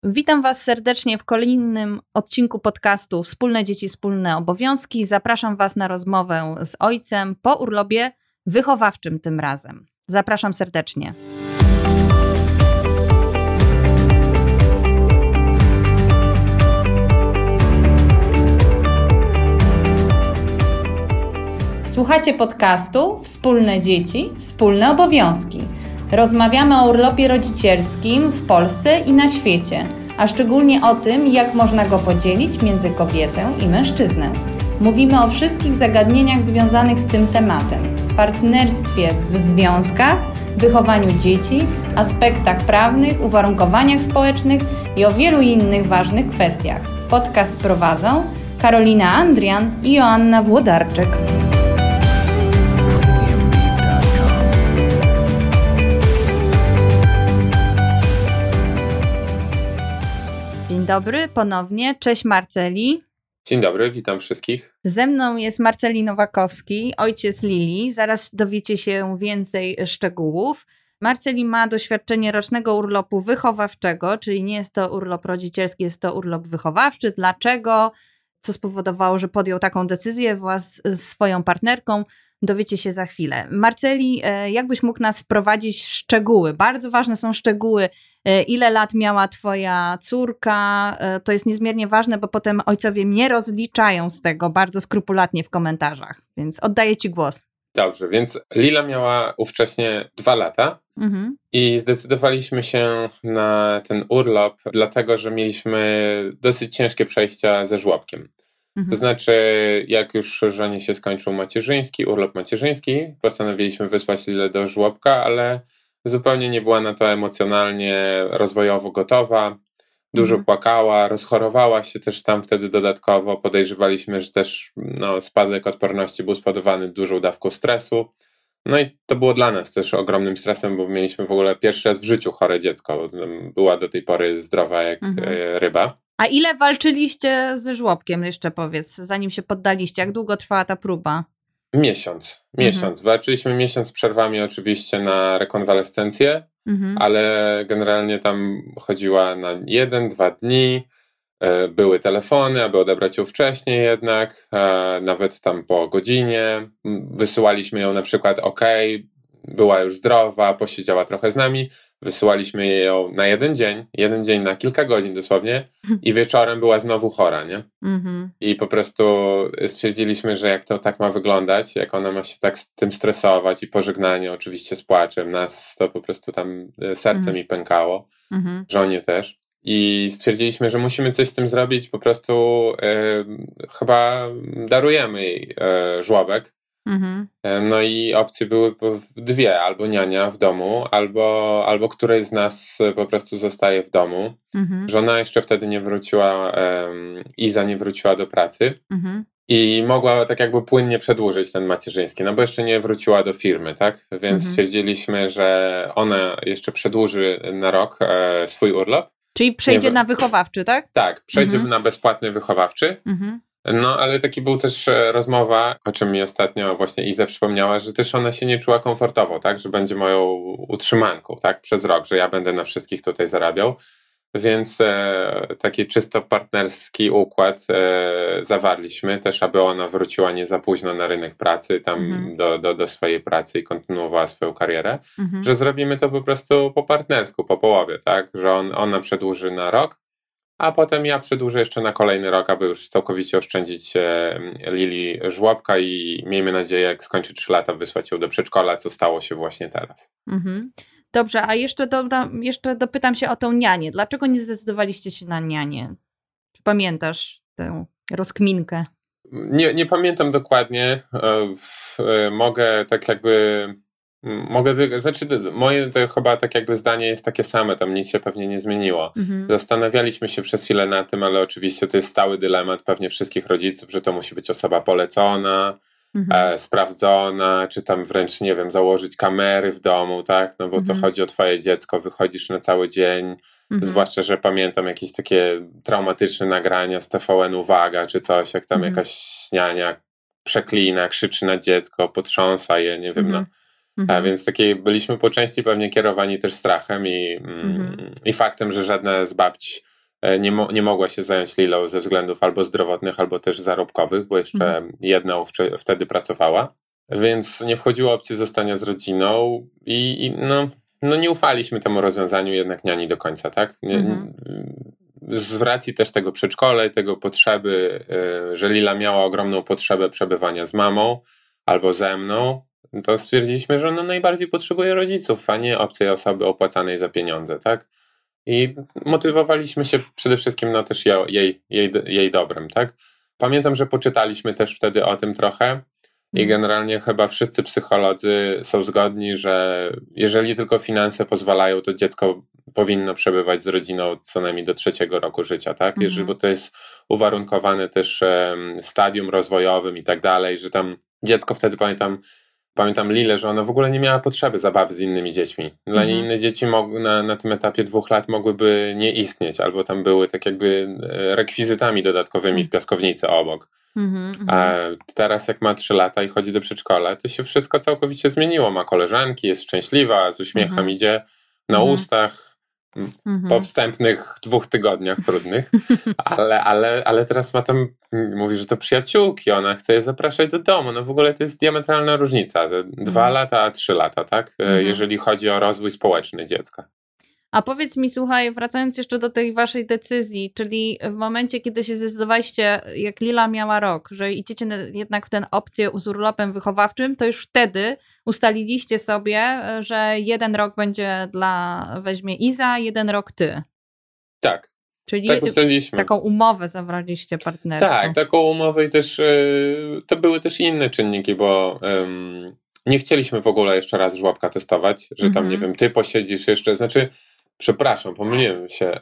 Witam Was serdecznie w kolejnym odcinku podcastu Wspólne Dzieci, Wspólne Obowiązki. Zapraszam Was na rozmowę z ojcem po urlopie wychowawczym tym razem. Zapraszam serdecznie. Słuchacie podcastu Wspólne Dzieci, Wspólne Obowiązki. Rozmawiamy o urlopie rodzicielskim w Polsce i na świecie, a szczególnie o tym, jak można go podzielić między kobietę i mężczyznę. Mówimy o wszystkich zagadnieniach związanych z tym tematem, partnerstwie w związkach, wychowaniu dzieci, aspektach prawnych, uwarunkowaniach społecznych i o wielu innych ważnych kwestiach. Podcast prowadzą Karolina Andrian i Joanna Włodarczyk. Dzień dobry ponownie, cześć Marceli. Dzień dobry, witam wszystkich. Ze mną jest Marceli Nowakowski, ojciec Lili. Zaraz dowiecie się więcej szczegółów. Marceli ma doświadczenie rocznego urlopu wychowawczego, czyli nie jest to urlop rodzicielski, jest to urlop wychowawczy. Dlaczego? Co spowodowało, że podjął taką decyzję wraz z swoją partnerką? Dowiecie się za chwilę. Marceli, jakbyś mógł nas wprowadzić w szczegóły? Bardzo ważne są szczegóły. Ile lat miała twoja córka? To jest niezmiernie ważne, bo potem ojcowie mnie rozliczają z tego bardzo skrupulatnie w komentarzach. Więc oddaję ci głos. Dobrze, więc Lila miała ówcześnie 2 lata i zdecydowaliśmy się na ten urlop, dlatego że mieliśmy dosyć ciężkie przejścia ze żłobkiem. To znaczy, jak już żonie się skończył urlop macierzyński, postanowiliśmy wysłać Lilę do żłobka, ale zupełnie nie była na to emocjonalnie, rozwojowo gotowa. Dużo płakała, rozchorowała się też tam wtedy dodatkowo. Podejrzewaliśmy, że też spadek odporności był spowodowany dużą dawką stresu. No i to było dla nas też ogromnym stresem, bo mieliśmy w ogóle pierwszy raz w życiu chore dziecko. Była do tej pory zdrowa jak ryba. A ile walczyliście ze żłobkiem, jeszcze powiedz, zanim się poddaliście? Jak długo trwała ta próba? Miesiąc. Walczyliśmy miesiąc z przerwami oczywiście na rekonwalescencję, ale generalnie tam chodziła na 1-2 dni. Były telefony, aby odebrać ją wcześniej jednak, nawet tam po godzinie. Wysyłaliśmy ją na przykład była już zdrowa, posiedziała trochę z nami. Wysyłaliśmy ją na jeden dzień na kilka godzin dosłownie i wieczorem była znowu chora, nie? I po prostu stwierdziliśmy, że jak to tak ma wyglądać, jak ona ma się tak z tym stresować i pożegnanie oczywiście z płaczem, nas to po prostu tam serce mi pękało, żonie też. I stwierdziliśmy, że musimy coś z tym zrobić, po prostu chyba darujemy jej żłobek. No i opcje były 2, albo niania w domu, albo któreś z nas po prostu zostaje w domu. Żona jeszcze wtedy nie wróciła, Iza nie wróciła do pracy i mogła tak jakby płynnie przedłużyć ten macierzyński, no bo jeszcze nie wróciła do firmy, tak? Więc stwierdziliśmy, że ona jeszcze przedłuży na rok swój urlop. Czyli przejdzie na wychowawczy, tak? Tak, przejdzie na bezpłatny wychowawczy. No, ale taki był też rozmowa, o czym mi ostatnio właśnie Iza przypomniała, że też ona się nie czuła komfortowo, tak, że będzie moją utrzymanką, tak, przez rok, że ja będę na wszystkich tutaj zarabiał, więc taki czysto partnerski układ zawarliśmy też, aby ona wróciła nie za późno na rynek pracy, tam do swojej pracy i kontynuowała swoją karierę, że zrobimy to po prostu po partnersku, po połowie, tak, że ona przedłuży na rok, a potem ja przedłużę jeszcze na kolejny rok, aby już całkowicie oszczędzić Lili żłobka i miejmy nadzieję, jak skończy 3 lata, wysłać ją do przedszkola, co stało się właśnie teraz. Dobrze, a jeszcze dopytam się o tą nianię. Dlaczego nie zdecydowaliście się na nianię? Czy pamiętasz tę rozkminkę? Nie pamiętam dokładnie. Mogę tak jakby... moje to chyba tak jakby zdanie jest takie same, tam nic się pewnie nie zmieniło. Zastanawialiśmy się przez chwilę na tym, ale oczywiście to jest stały dylemat pewnie wszystkich rodziców, że to musi być osoba polecona, sprawdzona, czy tam wręcz, nie wiem, założyć kamery w domu, tak? No bo to chodzi o twoje dziecko, wychodzisz na cały dzień, zwłaszcza, że pamiętam jakieś takie traumatyczne nagrania z TVN Uwaga, czy coś, jak tam jakaś niania przeklina, krzyczy na dziecko, potrząsa je, nie wiem, no. A więc byliśmy po części pewnie kierowani też strachem i faktem, że żadna z babci nie mogła się zająć Lilą ze względów albo zdrowotnych, albo też zarobkowych, bo jeszcze jedna wtedy pracowała. Więc nie wchodziło opcji zostania z rodziną i nie ufaliśmy temu rozwiązaniu jednak niani do końca, tak? Z racji też tego przedszkola i tego potrzeby, że Lila miała ogromną potrzebę przebywania z mamą albo ze mną, to stwierdziliśmy, że ona najbardziej potrzebuje rodziców, a nie obcej osoby opłacanej za pieniądze, tak? I motywowaliśmy się przede wszystkim też jej dobrem, tak? Pamiętam, że poczytaliśmy też wtedy o tym trochę i generalnie chyba wszyscy psycholodzy są zgodni, że jeżeli tylko finanse pozwalają, to dziecko powinno przebywać z rodziną co najmniej do 3 roku życia, tak? Bo to jest uwarunkowane też stadium rozwojowym i tak dalej, że tam dziecko wtedy pamiętam Lilę, że ona w ogóle nie miała potrzeby zabawy z innymi dziećmi. Dla niej inne dzieci na tym etapie 2 lat mogłyby nie istnieć, albo tam były tak jakby rekwizytami dodatkowymi w piaskownicy obok. A teraz jak ma 3 lata i chodzi do przedszkola, to się wszystko całkowicie zmieniło. Ma koleżanki, jest szczęśliwa, z uśmiechem idzie na ustach po wstępnych 2 tygodniach trudnych, ale teraz mówi, że to przyjaciółki, ona chce je zapraszać do domu. No w ogóle to jest diametralna różnica. 2 lata, a 3 lata, tak? Jeżeli chodzi o rozwój społeczny dziecka. A powiedz mi, słuchaj, wracając jeszcze do tej waszej decyzji, czyli w momencie, kiedy się zdecydowaliście, jak Lila miała rok, że idziecie jednak w tę opcję z urlopem wychowawczym, to już wtedy ustaliliście sobie, że 1 rok weźmie Iza, 1 rok ty. Tak. Czyli tak ustaliliśmy. Taką umowę zawarliście partnerską. Tak, taką umowę i też to były też inne czynniki, bo nie chcieliśmy w ogóle jeszcze raz żłobka testować, że tam, nie wiem, ty posiedzisz jeszcze, przepraszam, pomyliłem się.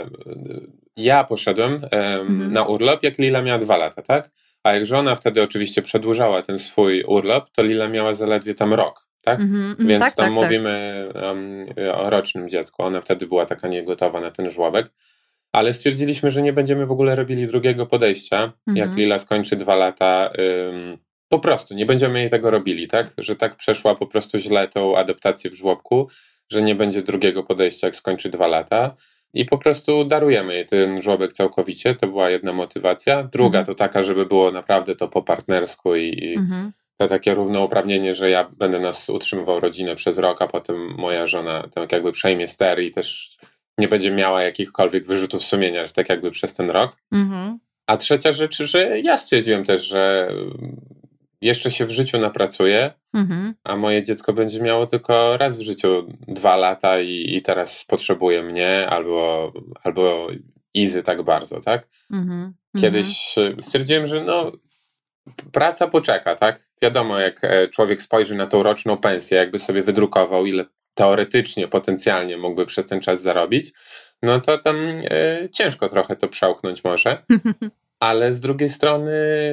Ja poszedłem na urlop, jak Lila miała 2 lata, tak? A jak żona wtedy oczywiście przedłużała ten swój urlop, to Lila miała zaledwie tam rok, tak? Więc tam mówimy o rocznym dziecku. Ona wtedy była taka niegotowa na ten żłobek. Ale stwierdziliśmy, że nie będziemy w ogóle robili drugiego podejścia. Jak Lila skończy 2 lata, po prostu nie będziemy jej tego robili, tak? Że tak przeszła po prostu źle tą adaptację w żłobku, że nie będzie drugiego podejścia, jak skończy 2 lata. I po prostu darujemy jej ten żłobek całkowicie. To była jedna motywacja. Druga to taka, żeby było naprawdę to po partnersku i to takie równouprawnienie, że ja będę nas utrzymywał rodzinę przez rok, a potem moja żona tak jakby przejmie ster i też nie będzie miała jakichkolwiek wyrzutów sumienia, że tak jakby przez ten rok. A trzecia rzecz, że ja stwierdziłem też, że jeszcze się w życiu napracuję, a moje dziecko będzie miało tylko raz w życiu 2 lata i teraz potrzebuje mnie albo Izy tak bardzo, tak? Kiedyś stwierdziłem, że praca poczeka, tak? Wiadomo, jak człowiek spojrzy na tą roczną pensję, jakby sobie wydrukował, ile teoretycznie, potencjalnie mógłby przez ten czas zarobić, no to tam ciężko trochę to przełknąć może, ale z drugiej strony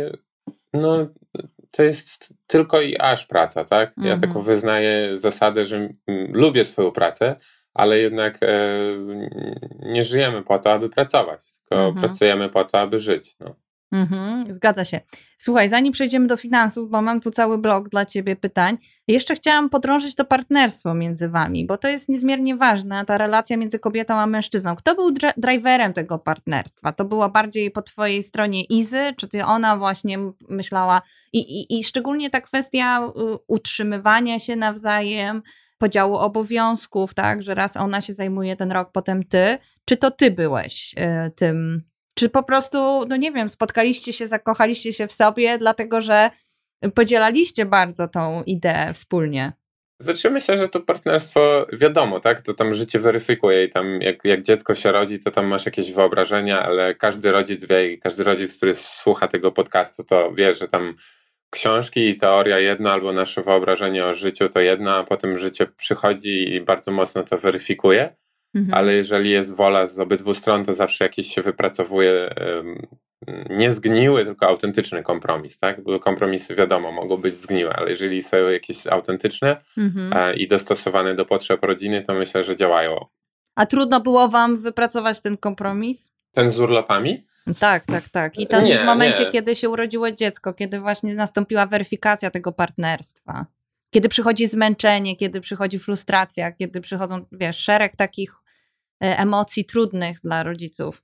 to jest tylko i aż praca, tak? Ja taką wyznaję zasadę, że lubię swoją pracę, ale jednak nie żyjemy po to, aby pracować, tylko pracujemy po to, aby żyć. Zgadza się. Słuchaj, zanim przejdziemy do finansów, bo mam tu cały blok dla ciebie pytań, jeszcze chciałam podrążyć to partnerstwo między wami, bo to jest niezmiernie ważne, ta relacja między kobietą a mężczyzną. Kto był driverem tego partnerstwa? To była bardziej po twojej stronie Izy, czy ty ona właśnie myślała i szczególnie ta kwestia utrzymywania się nawzajem, podziału obowiązków, tak, że raz ona się zajmuje ten rok, potem ty. Czy to ty byłeś tym? Czy po prostu, nie wiem, spotkaliście się, zakochaliście się w sobie, dlatego że podzielaliście bardzo tą ideę wspólnie? Znaczy myślę, że to partnerstwo, wiadomo, tak, to tam życie weryfikuje i tam jak dziecko się rodzi, to tam masz jakieś wyobrażenia, ale każdy rodzic wie i każdy rodzic, który słucha tego podcastu, to wie, że tam książki i teoria jedno, albo nasze wyobrażenie o życiu to jedno, a potem życie przychodzi i bardzo mocno to weryfikuje. Ale jeżeli jest wola z obydwu stron, to zawsze jakiś się wypracowuje nie zgniły, tylko autentyczny kompromis, tak? Bo kompromisy, wiadomo, mogą być zgniłe, ale jeżeli są jakieś autentyczne i dostosowane do potrzeb rodziny, to myślę, że działają. A trudno było wam wypracować ten kompromis? Ten z urlopami? Tak. I to w momencie, kiedy się urodziło dziecko, kiedy właśnie nastąpiła weryfikacja tego partnerstwa. Kiedy przychodzi zmęczenie, kiedy przychodzi frustracja, kiedy przychodzą, szereg takich emocji trudnych dla rodziców.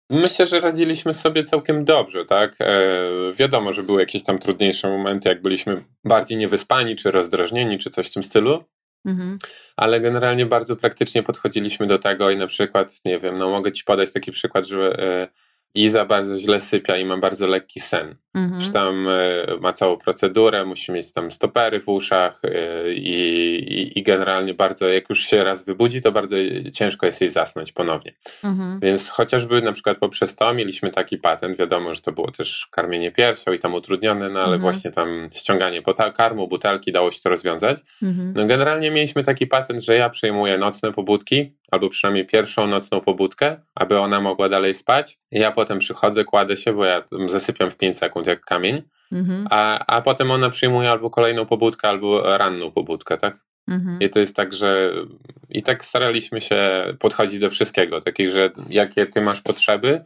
Myślę, że radziliśmy sobie całkiem dobrze, tak? Wiadomo, że były jakieś tam trudniejsze momenty, jak byliśmy bardziej niewyspani, czy rozdrażnieni, czy coś w tym stylu. Ale generalnie bardzo praktycznie podchodziliśmy do tego i na przykład, nie wiem, no mogę ci podać taki przykład, że Iza bardzo źle sypia i ma bardzo lekki sen. Czy tam ma całą procedurę, musi mieć tam stopery w uszach i generalnie bardzo, jak już się raz wybudzi, to bardzo ciężko jest jej zasnąć ponownie. Więc chociażby na przykład poprzez to mieliśmy taki patent, wiadomo, że to było też karmienie piersią i tam utrudnione, no ale właśnie tam ściąganie karmu, butelki, dało się to rozwiązać. No generalnie mieliśmy taki patent, że ja przejmuję nocne pobudki, albo przynajmniej pierwszą nocną pobudkę, aby ona mogła dalej spać. Ja potem przychodzę, kładę się, bo ja zasypiam w 5 sekund jak kamień, a potem ona przyjmuje albo kolejną pobudkę, albo ranną pobudkę, tak? I to jest tak, że i tak staraliśmy się podchodzić do wszystkiego, takich, że jakie ty masz potrzeby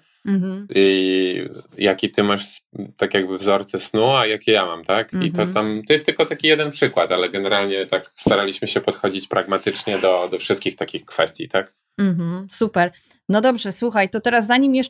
i jaki ty masz tak jakby wzorce snu, a jakie ja mam, tak? I to jest tylko taki jeden przykład, ale generalnie tak staraliśmy się podchodzić pragmatycznie do wszystkich takich kwestii, tak? Super. No dobrze, słuchaj, to teraz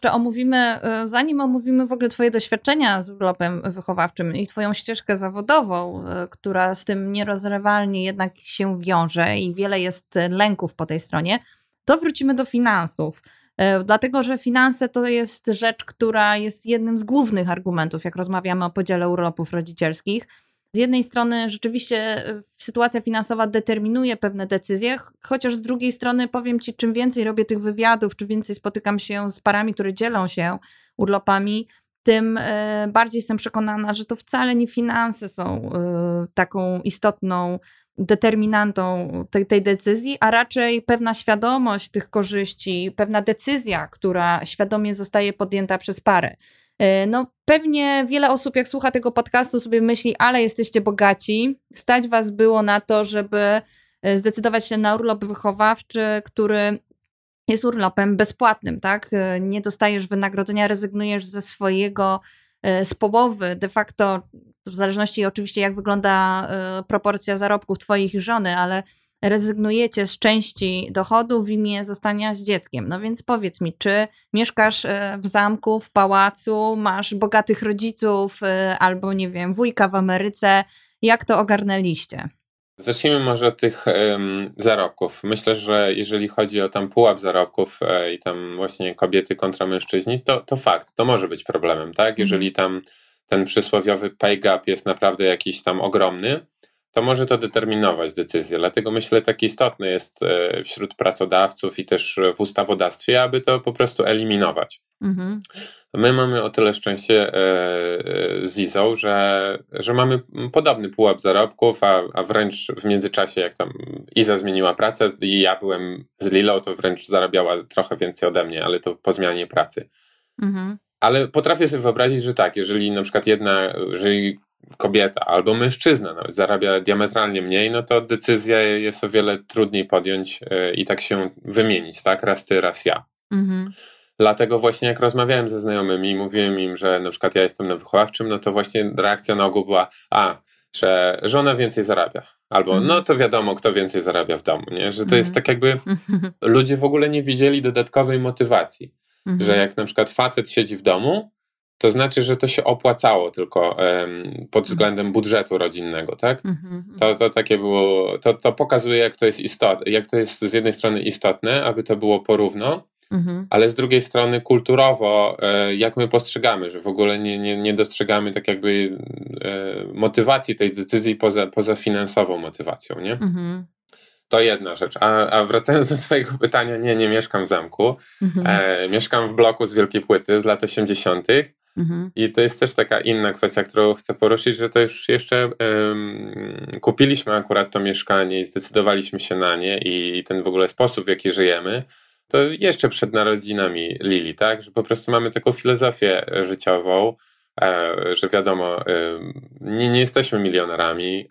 zanim omówimy w ogóle twoje doświadczenia z urlopem wychowawczym i twoją ścieżkę zawodową, która z tym nierozerwalnie jednak się wiąże i wiele jest lęków po tej stronie, to wrócimy do finansów. Dlatego, że finanse to jest rzecz, która jest jednym z głównych argumentów, jak rozmawiamy o podziale urlopów rodzicielskich. Z jednej strony rzeczywiście sytuacja finansowa determinuje pewne decyzje, chociaż z drugiej strony powiem ci, czym więcej robię tych wywiadów, czym więcej spotykam się z parami, które dzielą się urlopami, tym bardziej jestem przekonana, że to wcale nie finanse są taką istotną determinantą tej decyzji, a raczej pewna świadomość tych korzyści, pewna decyzja, która świadomie zostaje podjęta przez parę. No pewnie wiele osób, jak słucha tego podcastu, sobie myśli, ale jesteście bogaci, stać was było na to, żeby zdecydować się na urlop wychowawczy, który jest urlopem bezpłatnym, tak? Nie dostajesz wynagrodzenia, rezygnujesz ze swojego z połowy, de facto w zależności oczywiście jak wygląda proporcja zarobków twoich i żony, ale rezygnujecie z części dochodu w imię zostania z dzieckiem. No więc powiedz mi, czy mieszkasz w zamku, w pałacu, masz bogatych rodziców albo nie wiem, wujka w Ameryce, jak to ogarnęliście? Zacznijmy może od tych zarobków. Myślę, że jeżeli chodzi o tam pułap zarobków i tam właśnie kobiety kontra mężczyźni, to fakt, to może być problemem, tak? Jeżeli tam ten przysłowiowy pay gap jest naprawdę jakiś tam ogromny, to może to determinować decyzję. Dlatego myślę, tak istotne jest wśród pracodawców i też w ustawodawstwie, aby to po prostu eliminować. My mamy o tyle szczęście z Izą, że mamy podobny pułap zarobków, a wręcz w międzyczasie, jak tam Iza zmieniła pracę i ja byłem z Lilą, to wręcz zarabiała trochę więcej ode mnie, ale to po zmianie pracy. Ale potrafię sobie wyobrazić, że tak, jeżeli na przykład jeżeli kobieta albo mężczyzna nawet zarabia diametralnie mniej, no to decyzję jest o wiele trudniej podjąć i tak się wymienić, tak? Raz ty, raz ja. Dlatego właśnie jak rozmawiałem ze znajomymi i mówiłem im, że na przykład ja jestem na wychowawczym, no to właśnie reakcja na ogół była, że żona więcej zarabia. Albo no to wiadomo, kto więcej zarabia w domu, nie? Że to jest tak jakby ludzie w ogóle nie widzieli dodatkowej motywacji. Że jak na przykład facet siedzi w domu, to znaczy, że to się opłacało tylko pod względem budżetu rodzinnego, tak? To takie było, to pokazuje, jak to jest istotne, jak to jest z jednej strony istotne, aby to było porówno, ale z drugiej strony kulturowo, jak my postrzegamy, że w ogóle nie dostrzegamy tak jakby motywacji tej decyzji poza finansową motywacją, nie? To jedna rzecz. A wracając do twojego pytania, nie mieszkam w zamku. Mieszkam w bloku z wielkiej płyty z lat 80. I to jest też taka inna kwestia, którą chcę poruszyć, że to już jeszcze kupiliśmy akurat to mieszkanie i zdecydowaliśmy się na nie i ten w ogóle sposób, w jaki żyjemy, to jeszcze przed narodzinami Lili, tak? Że po prostu mamy taką filozofię życiową, że wiadomo, nie jesteśmy milionerami,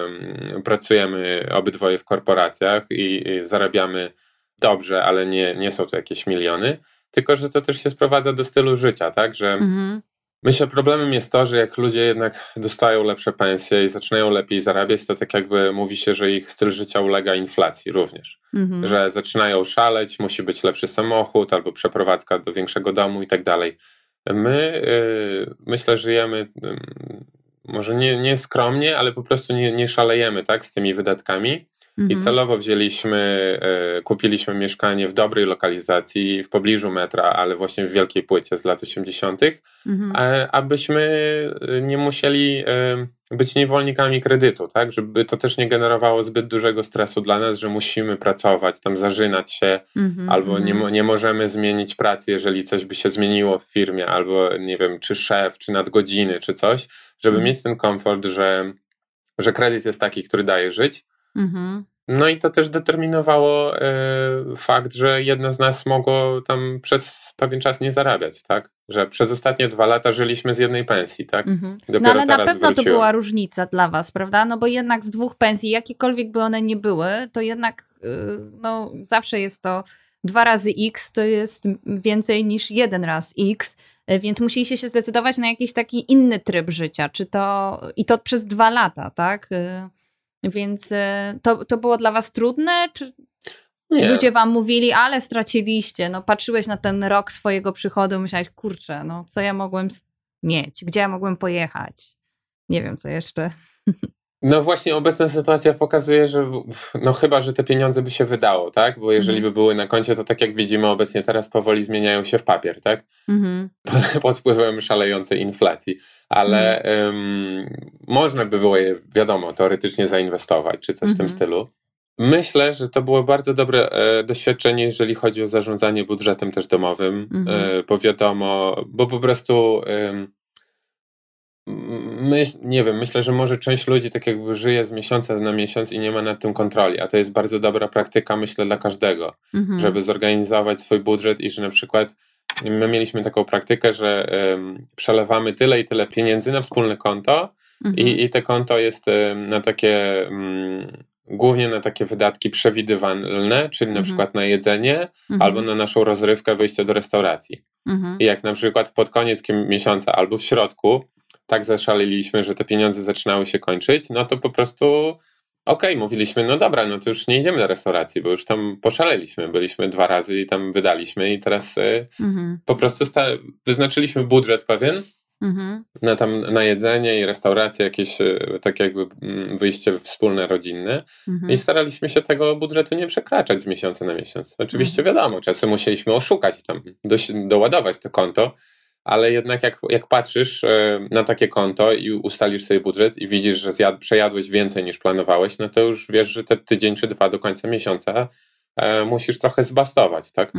pracujemy obydwoje w korporacjach i zarabiamy dobrze, ale nie są to jakieś miliony, tylko że to też się sprowadza do stylu życia, tak, że Myślę, problemem jest to, że jak ludzie jednak dostają lepsze pensje i zaczynają lepiej zarabiać, to tak jakby mówi się, że ich styl życia ulega inflacji również. Że zaczynają szaleć, musi być lepszy samochód albo przeprowadzka do większego domu i tak dalej. My, myślę, żyjemy może nie skromnie, ale po prostu nie szalejemy tak, z tymi wydatkami. I celowo kupiliśmy mieszkanie w dobrej lokalizacji, w pobliżu metra, ale właśnie w Wielkiej Płycie z lat 80., abyśmy nie musieli być niewolnikami kredytu, tak? Żeby to też nie generowało zbyt dużego stresu dla nas, że musimy pracować, tam zarzynać się, albo nie możemy zmienić pracy, jeżeli coś by się zmieniło w firmie, albo nie wiem, czy szef, czy nadgodziny, czy coś, żeby mieć ten komfort, że kredyt jest taki, który daje żyć. No i to też determinowało fakt, że jedno z nas mogło tam przez pewien czas nie zarabiać, tak? Że przez ostatnie 2 lata żyliśmy z jednej pensji, tak? No ale na pewno to była różnica dla was, prawda? No bo jednak z 2 pensji, jakiekolwiek by one nie były, to jednak no, zawsze jest to 2 razy X, to jest więcej niż 1 raz X, więc musieliście się zdecydować na jakiś taki inny tryb życia, i to przez 2 lata, tak? Więc to było dla was trudne? Czy nie. Ludzie wam mówili, ale straciliście? No patrzyłeś na ten rok swojego przychodu i myślałeś, kurczę, no co ja mogłem mieć? Gdzie ja mogłem pojechać? Nie wiem, co jeszcze. No właśnie obecna sytuacja pokazuje, że no chyba, że te pieniądze by się wydało, tak? Bo jeżeli by były na koncie, to tak jak widzimy obecnie teraz powoli zmieniają się w papier, tak? Pod wpływem szalejącej inflacji. Ale można by było je, wiadomo, teoretycznie zainwestować, czy coś w tym stylu. Myślę, że to było bardzo dobre doświadczenie, jeżeli chodzi o zarządzanie budżetem też domowym, bo wiadomo, bo po prostu... nie wiem, myślę, że może część ludzi tak jakby żyje z miesiąca na miesiąc i nie ma nad tym kontroli, a to jest bardzo dobra praktyka, myślę, dla każdego, żeby zorganizować swój budżet i że na przykład my mieliśmy taką praktykę, że przelewamy tyle i tyle pieniędzy na wspólne konto i te konto jest na takie głównie na takie wydatki przewidywalne, czyli na przykład na jedzenie albo na naszą rozrywkę, wyjście do restauracji. I jak na przykład pod koniec miesiąca albo w środku tak zaszaleliśmy, że te pieniądze zaczynały się kończyć, no to po prostu mówiliśmy, no dobra, no to już nie idziemy do restauracji, bo już tam poszaleliśmy, byliśmy 2 razy i tam wydaliśmy i teraz po prostu wyznaczyliśmy budżet pewien na jedzenie i restauracje, jakieś tak jakby wyjście wspólne, rodzinne i staraliśmy się tego budżetu nie przekraczać z miesiąca na miesiąc. Oczywiście wiadomo, czasem musieliśmy oszukać i tam doładować to konto, ale jednak jak patrzysz na takie konto i ustalisz sobie budżet i widzisz, że przejadłeś więcej niż planowałeś, no to już wiesz, że te tydzień czy 2 do końca miesiąca musisz trochę zbastować, tak?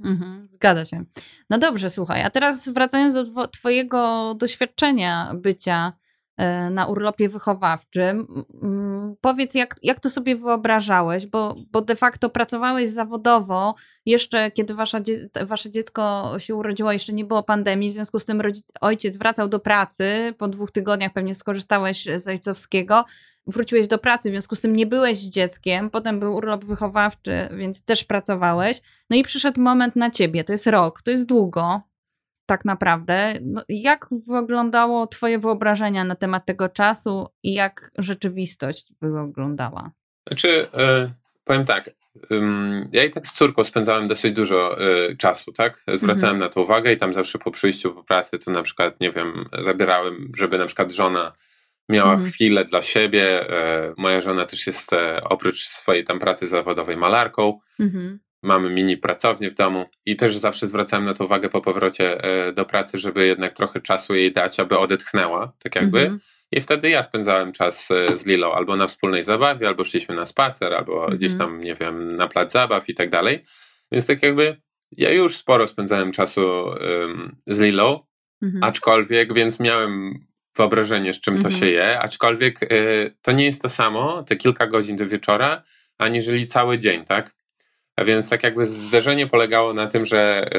Zgadza się. No dobrze, słuchaj, a teraz wracając do twojego doświadczenia bycia na urlopie wychowawczym, powiedz, jak to sobie wyobrażałeś, bo de facto pracowałeś zawodowo jeszcze kiedy wasze dziecko się urodziło, jeszcze nie było pandemii, w związku z tym ojciec wracał do pracy, po 2 tygodniach pewnie skorzystałeś z ojcowskiego, wróciłeś do pracy, w związku z tym nie byłeś z dzieckiem, potem był urlop wychowawczy, więc też pracowałeś, no i przyszedł moment na ciebie, to jest rok, to jest długo, tak naprawdę. No, jak wyglądało twoje wyobrażenia na temat tego czasu i jak rzeczywistość wyglądała? Znaczy, powiem tak, ja i tak z córką spędzałem dosyć dużo czasu, tak? Zwracałem na to uwagę i tam zawsze po przyjściu po pracy, to na przykład, nie wiem, zabierałem, żeby na przykład żona miała chwilę dla siebie. Moja żona też jest oprócz swojej tam pracy zawodowej malarką. Mamy mini pracownię w domu i też zawsze zwracałem na to uwagę po powrocie do pracy, żeby jednak trochę czasu jej dać, aby odetchnęła, tak jakby. I wtedy ja spędzałem czas z Lilą albo na wspólnej zabawie, albo szliśmy na spacer, albo gdzieś tam, nie wiem, na plac zabaw i tak dalej. Więc tak jakby ja już sporo spędzałem czasu z Lilą, aczkolwiek, więc miałem wyobrażenie, z czym to się je, aczkolwiek to nie jest to samo, te kilka godzin do wieczora, aniżeli cały dzień, tak? A więc tak jakby zderzenie polegało na tym, że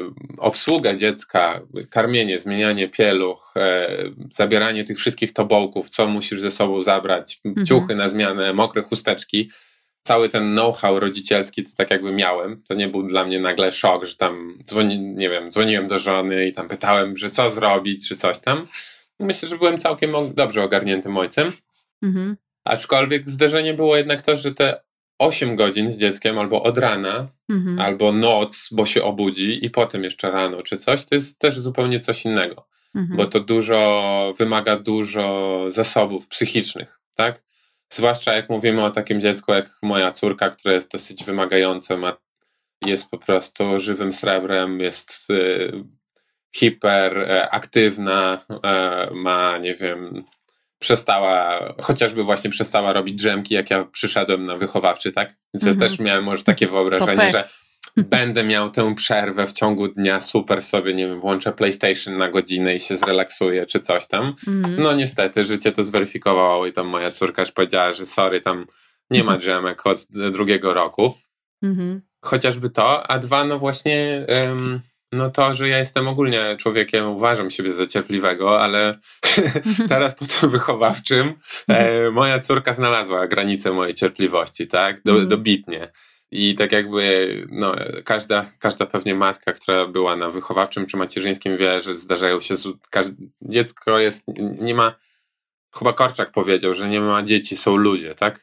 obsługa dziecka, karmienie, zmienianie pieluch, zabieranie tych wszystkich tobołków, co musisz ze sobą zabrać, ciuchy na zmianę, mokre chusteczki, cały ten know-how rodzicielski to tak jakby miałem. To nie był dla mnie nagle szok, że tam dzwoniłem do żony i tam pytałem, że co zrobić, czy coś tam. Myślę, że byłem całkiem dobrze ogarniętym ojcem. Aczkolwiek zderzenie było jednak to, że te 8 godzin z dzieckiem albo od rana, albo noc, bo się obudzi i potem jeszcze rano czy coś, to jest też zupełnie coś innego. Bo to wymaga dużo zasobów psychicznych, tak? Zwłaszcza jak mówimy o takim dziecku jak moja córka, która jest dosyć wymagająca, jest po prostu żywym srebrem, jest hiperaktywna, ma, nie wiem, chociażby właśnie przestała robić drzemki, jak ja przyszedłem na wychowawczy, tak? Więc ja też miałem może takie wyobrażenie, że będę miał tę przerwę w ciągu dnia, super sobie, nie wiem, włączę PlayStation na godzinę i się zrelaksuję, czy coś tam. No niestety, życie to zweryfikowało i tam moja córka już powiedziała, że sorry, tam nie ma drzemek od 2 roku. Chociażby to, a 2, no właśnie... No to, że ja jestem ogólnie człowiekiem, uważam siebie za cierpliwego, ale teraz po tym wychowawczym moja córka znalazła granicę mojej cierpliwości, tak? Dobitnie. I tak jakby no, każda pewnie matka, która była na wychowawczym czy macierzyńskim, wie, że zdarzają się... Dziecko nie ma... Chyba Korczak powiedział, że nie ma dzieci, są ludzie, tak?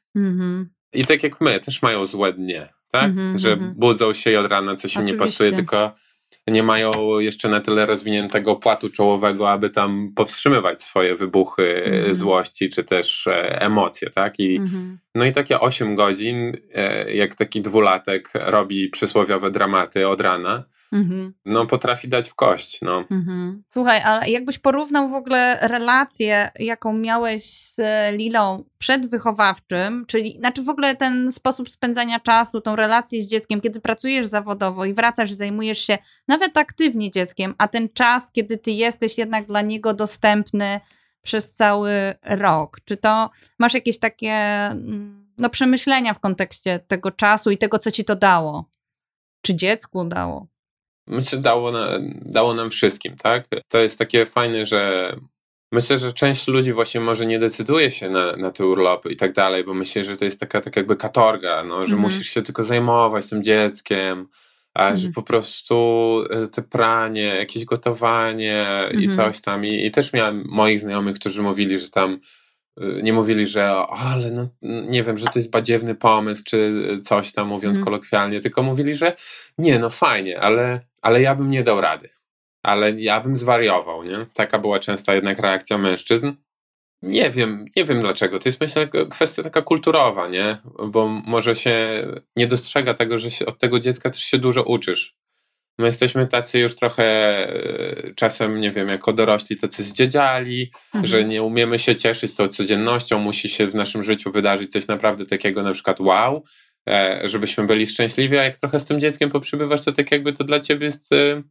I tak jak my, też mają złe dnie, tak? Że budzą się i od rana coś im nie pasuje, tylko nie mają jeszcze na tyle rozwiniętego płatu czołowego, aby tam powstrzymywać swoje wybuchy złości, czy też emocje, tak? No i takie 8 godzin, jak taki 2-latek robi przysłowiowe dramaty od rana, no potrafi dać w kość, no. Słuchaj, ale jakbyś porównał w ogóle relację, jaką miałeś z Lilą przed wychowawczym, czyli znaczy w ogóle ten sposób spędzania czasu, tą relację z dzieckiem, kiedy pracujesz zawodowo i wracasz, zajmujesz się nawet aktywnie dzieckiem, a ten czas, kiedy ty jesteś jednak dla niego dostępny przez cały rok. Czy to masz jakieś takie przemyślenia w kontekście tego czasu i tego, co ci to dało? Czy dziecku dało? Myślę, dało nam wszystkim, tak? To jest takie fajne, że myślę, że część ludzi właśnie może nie decyduje się na te urlopy i tak dalej, bo myślę, że to jest taka tak jakby katorga, no, że musisz się tylko zajmować tym dzieckiem, a że po prostu te pranie, jakieś gotowanie i coś tam. I też miałem moich znajomych, którzy mówili, że tam nie mówili, że ale no nie wiem, że to jest badziewny pomysł, czy coś tam mówiąc kolokwialnie, tylko mówili, że nie, no fajnie, ale ja bym nie dał rady. Ale ja bym zwariował, nie? Taka była często jednak reakcja mężczyzn. Nie wiem dlaczego. To jest myślę kwestia taka kulturowa, nie? Bo może się nie dostrzega tego, że od tego dziecka też się dużo uczysz. My jesteśmy tacy już trochę czasem, nie wiem, jako dorośli tacy zdziedziali, że nie umiemy się cieszyć tą codziennością, musi się w naszym życiu wydarzyć coś naprawdę takiego na przykład wow, żebyśmy byli szczęśliwi, a jak trochę z tym dzieckiem poprzebywasz, to tak jakby to dla ciebie jest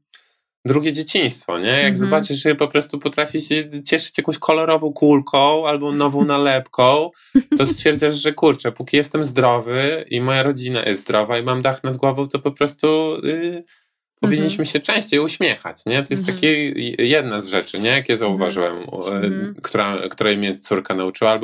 drugie dzieciństwo, nie? Jak zobaczysz, że po prostu potrafi się cieszyć jakąś kolorową kulką albo nową nalepką, to stwierdzasz, że kurczę, póki jestem zdrowy i moja rodzina jest zdrowa i mam dach nad głową, to po prostu powinniśmy się częściej uśmiechać, nie? To jest takie jedna z rzeczy, nie? Jakie zauważyłem, której mnie córka nauczyła,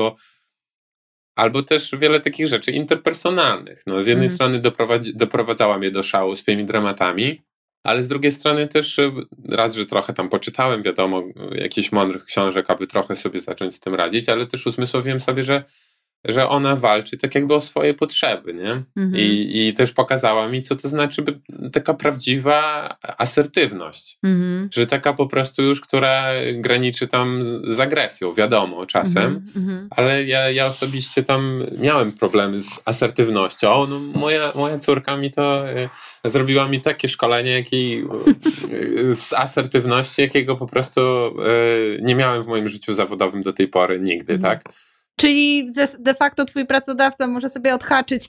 albo też wiele takich rzeczy interpersonalnych. No, z jednej strony doprowadzała mnie do szału swoimi dramatami, ale z drugiej strony też raz, że trochę tam poczytałem, wiadomo, jakichś mądrych książek, aby trochę sobie zacząć z tym radzić, ale też uzmysłowiłem sobie, że ona walczy tak jakby o swoje potrzeby, nie? I też pokazała mi, co to znaczy taka prawdziwa asertywność. Że taka po prostu już, która graniczy tam z agresją, wiadomo, czasem. Ale ja osobiście tam miałem problemy z asertywnością. No, moja córka mi to zrobiła mi takie szkolenie z asertywności, jakiego po prostu nie miałem w moim życiu zawodowym do tej pory nigdy, tak? Czyli de facto twój pracodawca może sobie odhaczyć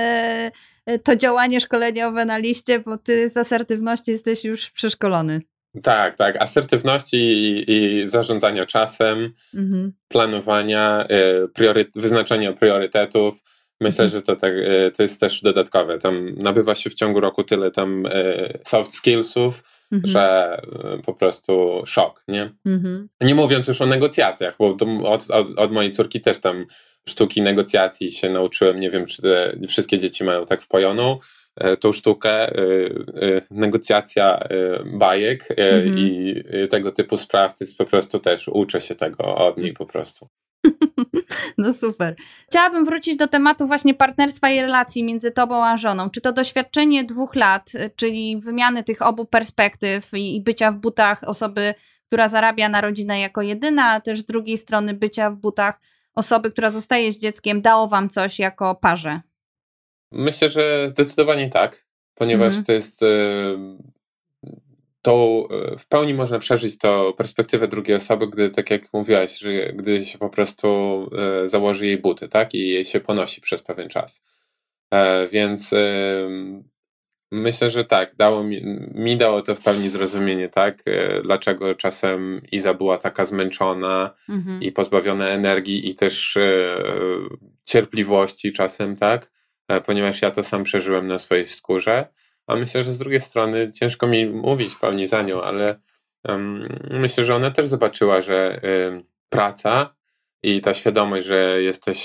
to działanie szkoleniowe na liście, bo ty z asertywności jesteś już przeszkolony. Tak. Asertywności i zarządzania czasem, planowania, wyznaczania priorytetów. Myślę, że to jest też dodatkowe. Tam nabywa się w ciągu roku tyle tam soft skillsów, że po prostu szok, nie? Nie mówiąc już o negocjacjach, bo od mojej córki też tam sztuki negocjacji się nauczyłem. Nie wiem, czy te wszystkie dzieci mają tak wpojoną tą sztukę, negocjacja bajek i tego typu spraw, to jest po prostu też uczę się tego od niej po prostu. No super. Chciałabym wrócić do tematu właśnie partnerstwa i relacji między tobą a żoną. Czy to doświadczenie 2 lat, czyli wymiany tych obu perspektyw i bycia w butach osoby, która zarabia na rodzinę jako jedyna, a też z drugiej strony bycia w butach osoby, która zostaje z dzieckiem, dało wam coś jako parze? Myślę, że zdecydowanie tak, ponieważ to jest w pełni można przeżyć to perspektywę drugiej osoby, gdy, tak jak mówiłaś, że gdy się po prostu założy jej buty, tak? I jej się ponosi przez pewien czas. Więc myślę, że tak, dało to w pełni zrozumienie, tak? Dlaczego czasem Iza była taka zmęczona i pozbawiona energii i też cierpliwości czasem, tak? Ponieważ ja to sam przeżyłem na swojej skórze. A myślę, że z drugiej strony ciężko mi mówić w pełni za nią, ale myślę, że ona też zobaczyła, że praca i ta świadomość, że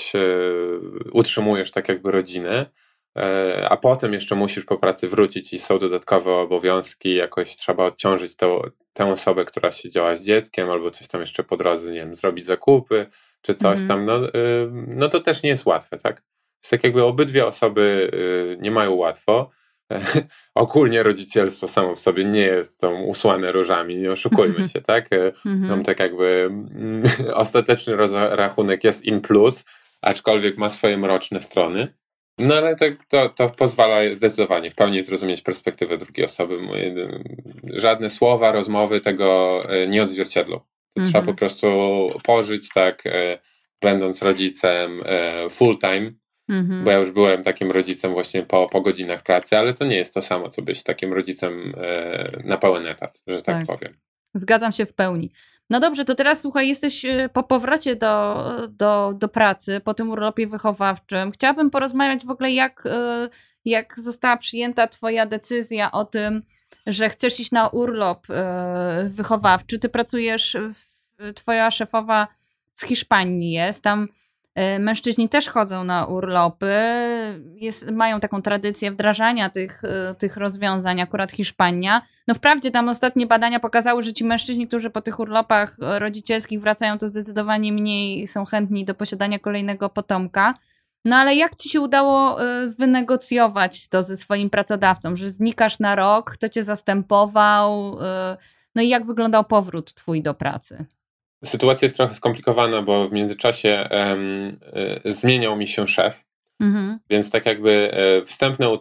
utrzymujesz tak jakby rodzinę, a potem jeszcze musisz po pracy wrócić i są dodatkowe obowiązki, jakoś trzeba odciążyć tę osobę, która siedziała z dzieckiem, albo coś tam jeszcze po drodze, nie wiem, zrobić zakupy, czy coś tam, no to też nie jest łatwe, tak? Jest tak jakby obydwie osoby nie mają łatwo. Ogólnie rodzicielstwo samo w sobie nie jest tam usłane różami, nie oszukujmy się, tak? Tam tak jakby ostateczny rachunek jest in plus, aczkolwiek ma swoje mroczne strony. No ale to pozwala zdecydowanie w pełni zrozumieć perspektywę drugiej osoby. Żadne słowa, rozmowy tego nie odzwierciedlą. To trzeba po prostu pożyć tak, będąc rodzicem full time, bo ja już byłem takim rodzicem właśnie po godzinach pracy, ale to nie jest to samo, co być takim rodzicem na pełen etat, że tak powiem. Zgadzam się w pełni. No dobrze, to teraz słuchaj, jesteś po powrocie do pracy, po tym urlopie wychowawczym. Chciałabym porozmawiać w ogóle, jak została przyjęta twoja decyzja o tym, że chcesz iść na urlop wychowawczy. Ty pracujesz, twoja szefowa z Hiszpanii jest, tam mężczyźni też chodzą na urlopy, mają taką tradycję wdrażania tych rozwiązań, akurat Hiszpania. No wprawdzie tam ostatnie badania pokazały, że ci mężczyźni, którzy po tych urlopach rodzicielskich wracają, to zdecydowanie mniej są chętni do posiadania kolejnego potomka. No ale jak ci się udało wynegocjować to ze swoim pracodawcą, że znikasz na rok, kto cię zastępował, no i jak wyglądał powrót twój do pracy? Sytuacja jest trochę skomplikowana, bo w międzyczasie zmieniał mi się szef, więc tak jakby wstępne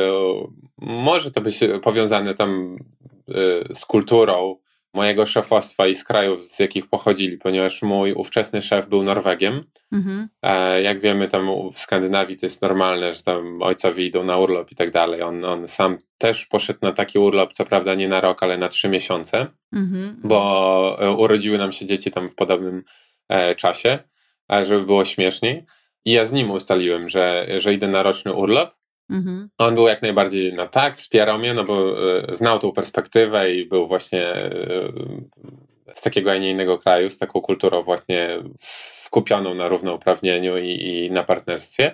może to być powiązane tam z kulturą mojego szefostwa i z krajów, z jakich pochodzili, ponieważ mój ówczesny szef był Norwegiem. Jak wiemy, tam w Skandynawii to jest normalne, że tam ojcowie idą na urlop i tak dalej. On sam też poszedł na taki urlop, co prawda nie na rok, ale na 3 miesiące, bo urodziły nam się dzieci tam w podobnym czasie, żeby było śmieszniej. I ja z nim ustaliłem, że idę na roczny urlop. On był jak najbardziej na tak, wspierał mnie, no bo znał tą perspektywę i był właśnie z takiego, a nie innego kraju, z taką kulturą właśnie skupioną na równouprawnieniu i na partnerstwie.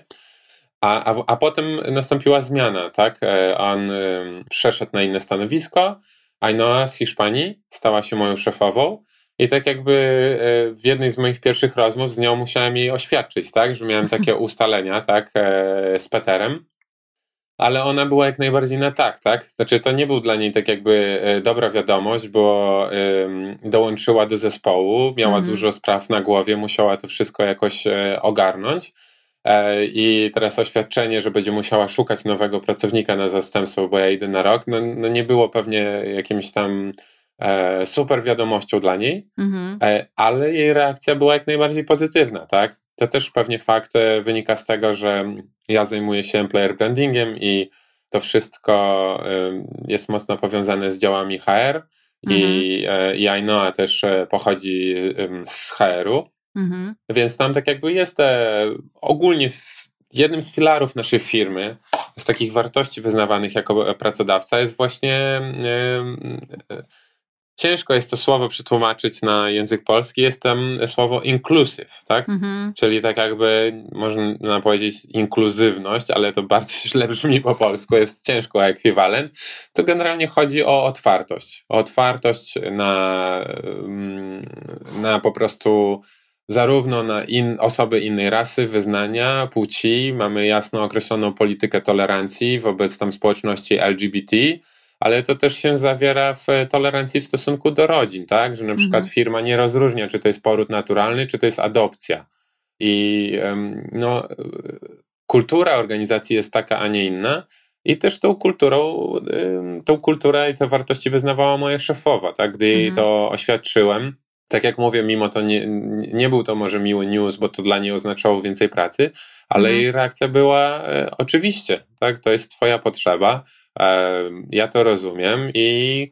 A potem nastąpiła zmiana, tak? On przeszedł na inne stanowisko, Ainhoa z Hiszpanii stała się moją szefową i tak jakby w jednej z moich pierwszych rozmów z nią musiałem jej oświadczyć, tak? Że miałem takie ustalenia, tak? Z Peterem. Ale ona była jak najbardziej na tak? Znaczy to nie był dla niej tak jakby dobra wiadomość, bo dołączyła do zespołu, miała dużo spraw na głowie, musiała to wszystko jakoś ogarnąć i teraz oświadczenie, że będzie musiała szukać nowego pracownika na zastępstwo, bo ja idę na rok, no nie było pewnie jakimś tam super wiadomością dla niej, ale jej reakcja była jak najbardziej pozytywna, tak? To też pewnie fakt wynika z tego, że ja zajmuję się employer brandingiem i to wszystko jest mocno powiązane z działami HR i Ainhoa też pochodzi z HR-u, więc tam tak jakby jest ogólnie jednym z filarów naszej firmy, z takich wartości wyznawanych jako pracodawca jest właśnie ciężko jest to słowo przetłumaczyć na język polski, jest tam słowo inclusive, tak? Czyli tak jakby można powiedzieć inkluzywność, ale to bardzo źle brzmi po polsku, jest ciężko ekwiwalent. To generalnie chodzi o otwartość. O otwartość na po prostu zarówno na osoby innej rasy, wyznania, płci. Mamy jasno określoną politykę tolerancji wobec tam społeczności LGBT, ale to też się zawiera w tolerancji w stosunku do rodzin, tak? Że na przykład firma nie rozróżnia, czy to jest poród naturalny, czy to jest adopcja. I kultura organizacji jest taka, a nie inna. I też tą kulturę i te wartości wyznawała moja szefowa, tak? Gdy jej to oświadczyłem, tak jak mówię, mimo to nie był to może miły news, bo to dla niej oznaczało więcej pracy, ale jej reakcja była oczywiście, tak? To jest twoja potrzeba, ja to rozumiem i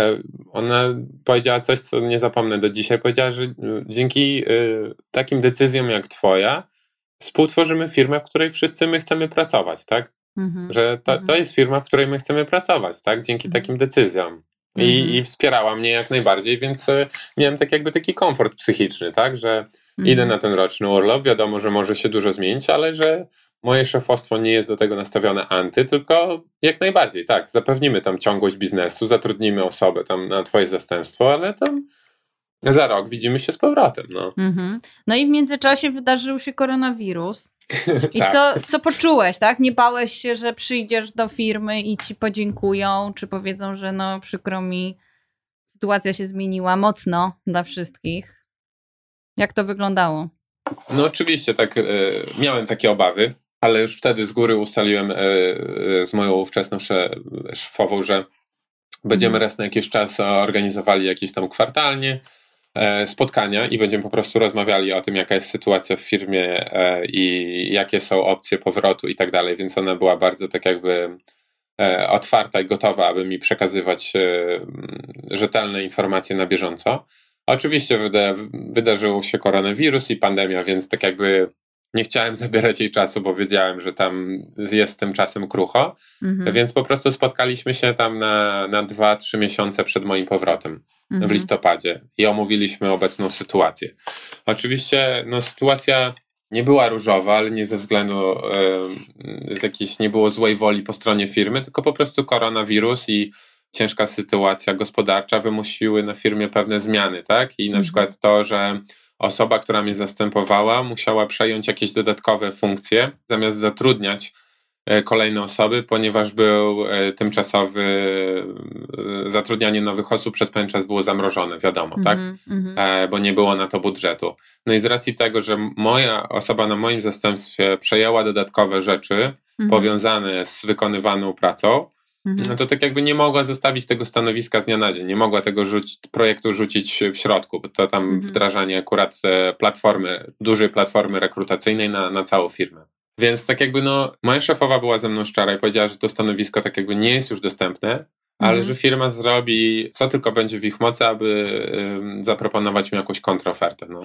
ona powiedziała coś, co nie zapomnę do dzisiaj. Powiedziała, że dzięki takim decyzjom jak twoja współtworzymy firmę, w której wszyscy my chcemy pracować, tak? Że to jest firma, w której my chcemy pracować, tak? Dzięki takim decyzjom. I wspierała mnie jak najbardziej, więc miałem taki komfort psychiczny, tak? Że idę na ten roczny urlop, wiadomo, że może się dużo zmienić, ale że moje szefostwo nie jest do tego nastawione tylko jak najbardziej, tak, zapewnimy tam ciągłość biznesu, zatrudnimy osobę tam na twoje zastępstwo, ale tam za rok widzimy się z powrotem. No, no i w międzyczasie wydarzył się koronawirus. I tak. co poczułeś, tak? Nie bałeś się, że przyjdziesz do firmy i ci podziękują, czy powiedzą, że no przykro mi, sytuacja się zmieniła mocno dla wszystkich. Jak to wyglądało? No oczywiście, tak, miałem takie obawy, ale już wtedy z góry ustaliłem z moją ówczesną szefową, że będziemy raz na jakiś czas organizowali jakieś tam kwartalnie spotkania i będziemy po prostu rozmawiali o tym, jaka jest sytuacja w firmie i jakie są opcje powrotu i tak dalej, więc ona była bardzo tak jakby otwarta i gotowa, aby mi przekazywać rzetelne informacje na bieżąco. Oczywiście wydarzył się koronawirus i pandemia, więc tak jakby nie chciałem zabierać jej czasu, bo wiedziałem, że tam jest tym czasem krucho, więc po prostu spotkaliśmy się tam na 2-3 miesiące przed moim powrotem w listopadzie i omówiliśmy obecną sytuację. Oczywiście sytuacja nie była różowa, ale nie ze względu nie było złej woli po stronie firmy, tylko po prostu koronawirus i ciężka sytuacja gospodarcza wymusiły na firmie pewne zmiany, tak? I na przykład to, że osoba, która mnie zastępowała, musiała przejąć jakieś dodatkowe funkcje, zamiast zatrudniać kolejne osoby, ponieważ był tymczasowy, zatrudnianie nowych osób przez pewien czas było zamrożone, wiadomo, tak? Bo nie było na to budżetu. No i z racji tego, że moja osoba na moim zastępstwie przejęła dodatkowe rzeczy powiązane z wykonywaną pracą, no to tak jakby nie mogła zostawić tego stanowiska z dnia na dzień, nie mogła tego projektu rzucić w środku, bo to tam wdrażanie akurat dużej platformy rekrutacyjnej na całą firmę. Więc tak jakby moja szefowa była ze mną szczera i powiedziała, że to stanowisko tak jakby nie jest już dostępne, ale że firma zrobi co tylko będzie w ich mocy, aby zaproponować mi jakąś kontrofertę. No.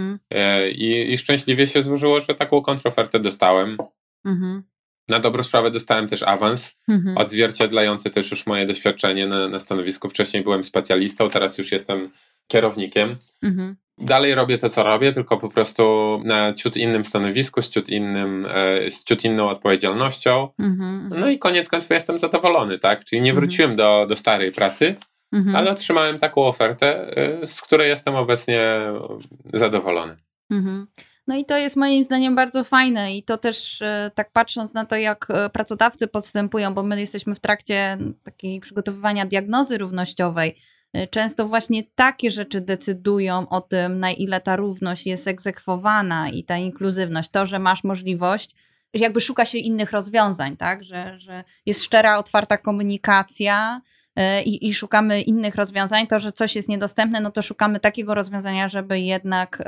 I szczęśliwie się złożyło, że taką kontrofertę dostałem. Na dobrą sprawę dostałem też awans, odzwierciedlający też już moje doświadczenie na stanowisku. Wcześniej byłem specjalistą, teraz już jestem kierownikiem. Dalej robię to, co robię, tylko po prostu na ciut innym stanowisku, z ciut inną odpowiedzialnością. No i koniec końców jestem zadowolony, tak? Czyli nie wróciłem do starej pracy, ale otrzymałem taką ofertę, z której jestem obecnie zadowolony. No i to jest moim zdaniem bardzo fajne i to też tak patrząc na to, jak pracodawcy postępują, bo my jesteśmy w trakcie takiej przygotowywania diagnozy równościowej. Często właśnie takie rzeczy decydują o tym, na ile ta równość jest egzekwowana i ta inkluzywność. To, że masz możliwość, jakby szuka się innych rozwiązań, tak? Że jest szczera, otwarta komunikacja i szukamy innych rozwiązań. To, że coś jest niedostępne, no to szukamy takiego rozwiązania, żeby jednak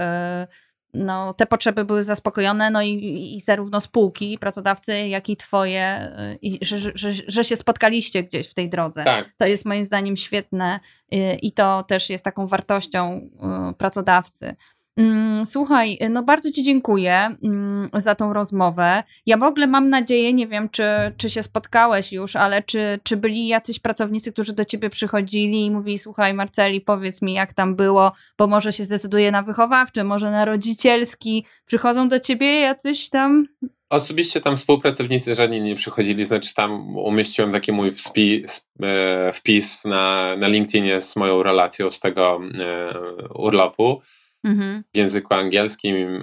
te potrzeby były zaspokojone, no i zarówno spółki, pracodawcy, jak i twoje, i że się spotkaliście gdzieś w tej drodze. Tak. To jest moim zdaniem świetne i to też jest taką wartością pracodawcy. Słuchaj, no bardzo Ci dziękuję za tą rozmowę. Ja w ogóle mam nadzieję, nie wiem, czy się spotkałeś już, ale czy byli jacyś pracownicy, którzy do Ciebie przychodzili i mówili, słuchaj Marceli, powiedz mi jak tam było, bo może się zdecyduje na wychowawczy, może na rodzicielski. Przychodzą do Ciebie jacyś tam... Osobiście tam współpracownicy żadni nie przychodzili, znaczy tam umieściłem taki mój wpis na LinkedInie z moją relacją z tego urlopu w języku angielskim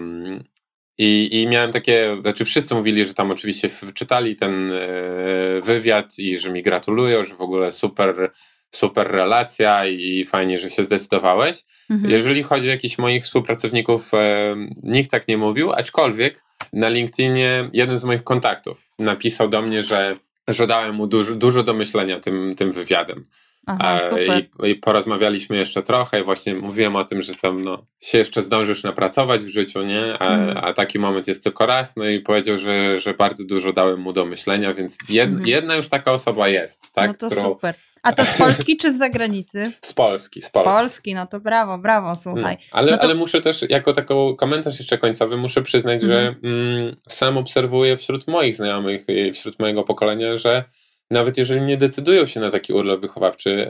i miałem takie, znaczy wszyscy mówili, że tam oczywiście czytali ten wywiad i że mi gratulują, że w ogóle super relacja i fajnie, że się zdecydowałeś. Jeżeli chodzi o jakichś moich współpracowników, nikt tak nie mówił, aczkolwiek na LinkedInie jeden z moich kontaktów napisał do mnie, że dałem mu dużo do myślenia tym wywiadem. Aha, super. I porozmawialiśmy jeszcze trochę i właśnie mówiłem o tym, że tam się jeszcze zdążysz napracować w życiu, nie? A taki moment jest tylko raz, no i powiedział, że bardzo dużo dałem mu do myślenia, więc jedna już taka osoba jest, tak? No to super. A to z Polski czy z zagranicy? Z Polski. Polski, no to brawo, słuchaj. Ale muszę też, jako taką komentarz jeszcze końcowy, muszę przyznać, że sam obserwuję wśród moich znajomych i wśród mojego pokolenia, że nawet jeżeli nie decydują się na taki urlop wychowawczy,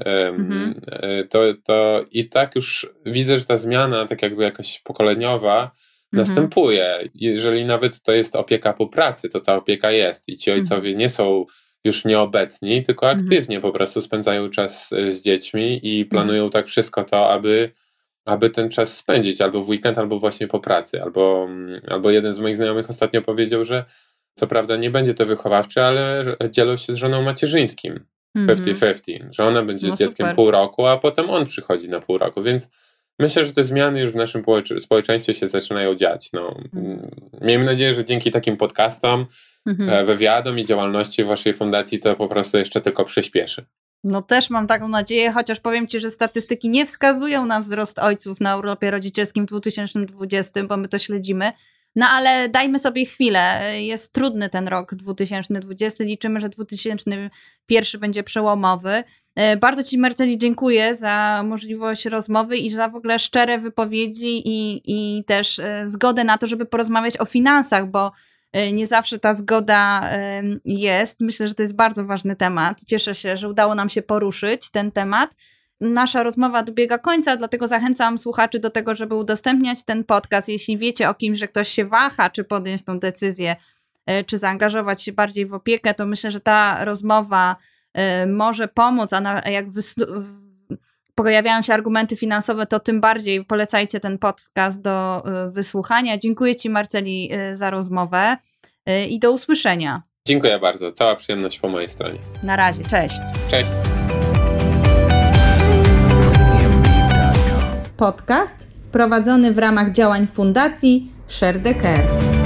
to i tak już widzę, że ta zmiana tak jakby jakaś pokoleniowa następuje. Jeżeli nawet to jest opieka po pracy, to ta opieka jest i ci ojcowie nie są już nieobecni, tylko aktywnie po prostu spędzają czas z dziećmi i planują tak wszystko to, aby ten czas spędzić albo w weekend, albo właśnie po pracy. Albo jeden z moich znajomych ostatnio powiedział, że co prawda nie będzie to wychowawczy, ale dzielą się z żoną macierzyńskim 50-50, że ona będzie z dzieckiem pół roku, a potem on przychodzi na pół roku, więc myślę, że te zmiany już w naszym społeczeństwie się zaczynają dziać. Miejmy nadzieję, że dzięki takim podcastom, wywiadom i działalności waszej fundacji to po prostu jeszcze tylko przyspieszy. No też mam taką nadzieję, chociaż powiem Ci, że statystyki nie wskazują na wzrost ojców na urlopie rodzicielskim w 2020, bo my to śledzimy. No ale dajmy sobie chwilę, jest trudny ten rok 2020, liczymy, że 2021 będzie przełomowy. Bardzo Ci, Marceli, dziękuję za możliwość rozmowy i za w ogóle szczere wypowiedzi i też zgodę na to, żeby porozmawiać o finansach, bo nie zawsze ta zgoda jest. Myślę, że to jest bardzo ważny temat. Cieszę się, że udało nam się poruszyć ten temat. Nasza rozmowa dobiega końca, dlatego zachęcam słuchaczy do tego, żeby udostępniać ten podcast. Jeśli wiecie o kimś, że ktoś się waha, czy podjąć tą decyzję, czy zaangażować się bardziej w opiekę, to myślę, że ta rozmowa może pomóc, a jak pojawiają się argumenty finansowe, to tym bardziej polecajcie ten podcast do wysłuchania. Dziękuję Ci, Marceli, za rozmowę i do usłyszenia. Dziękuję bardzo. Cała przyjemność po mojej stronie. Na razie. Cześć. Cześć. Podcast prowadzony w ramach działań Fundacji Share the Care.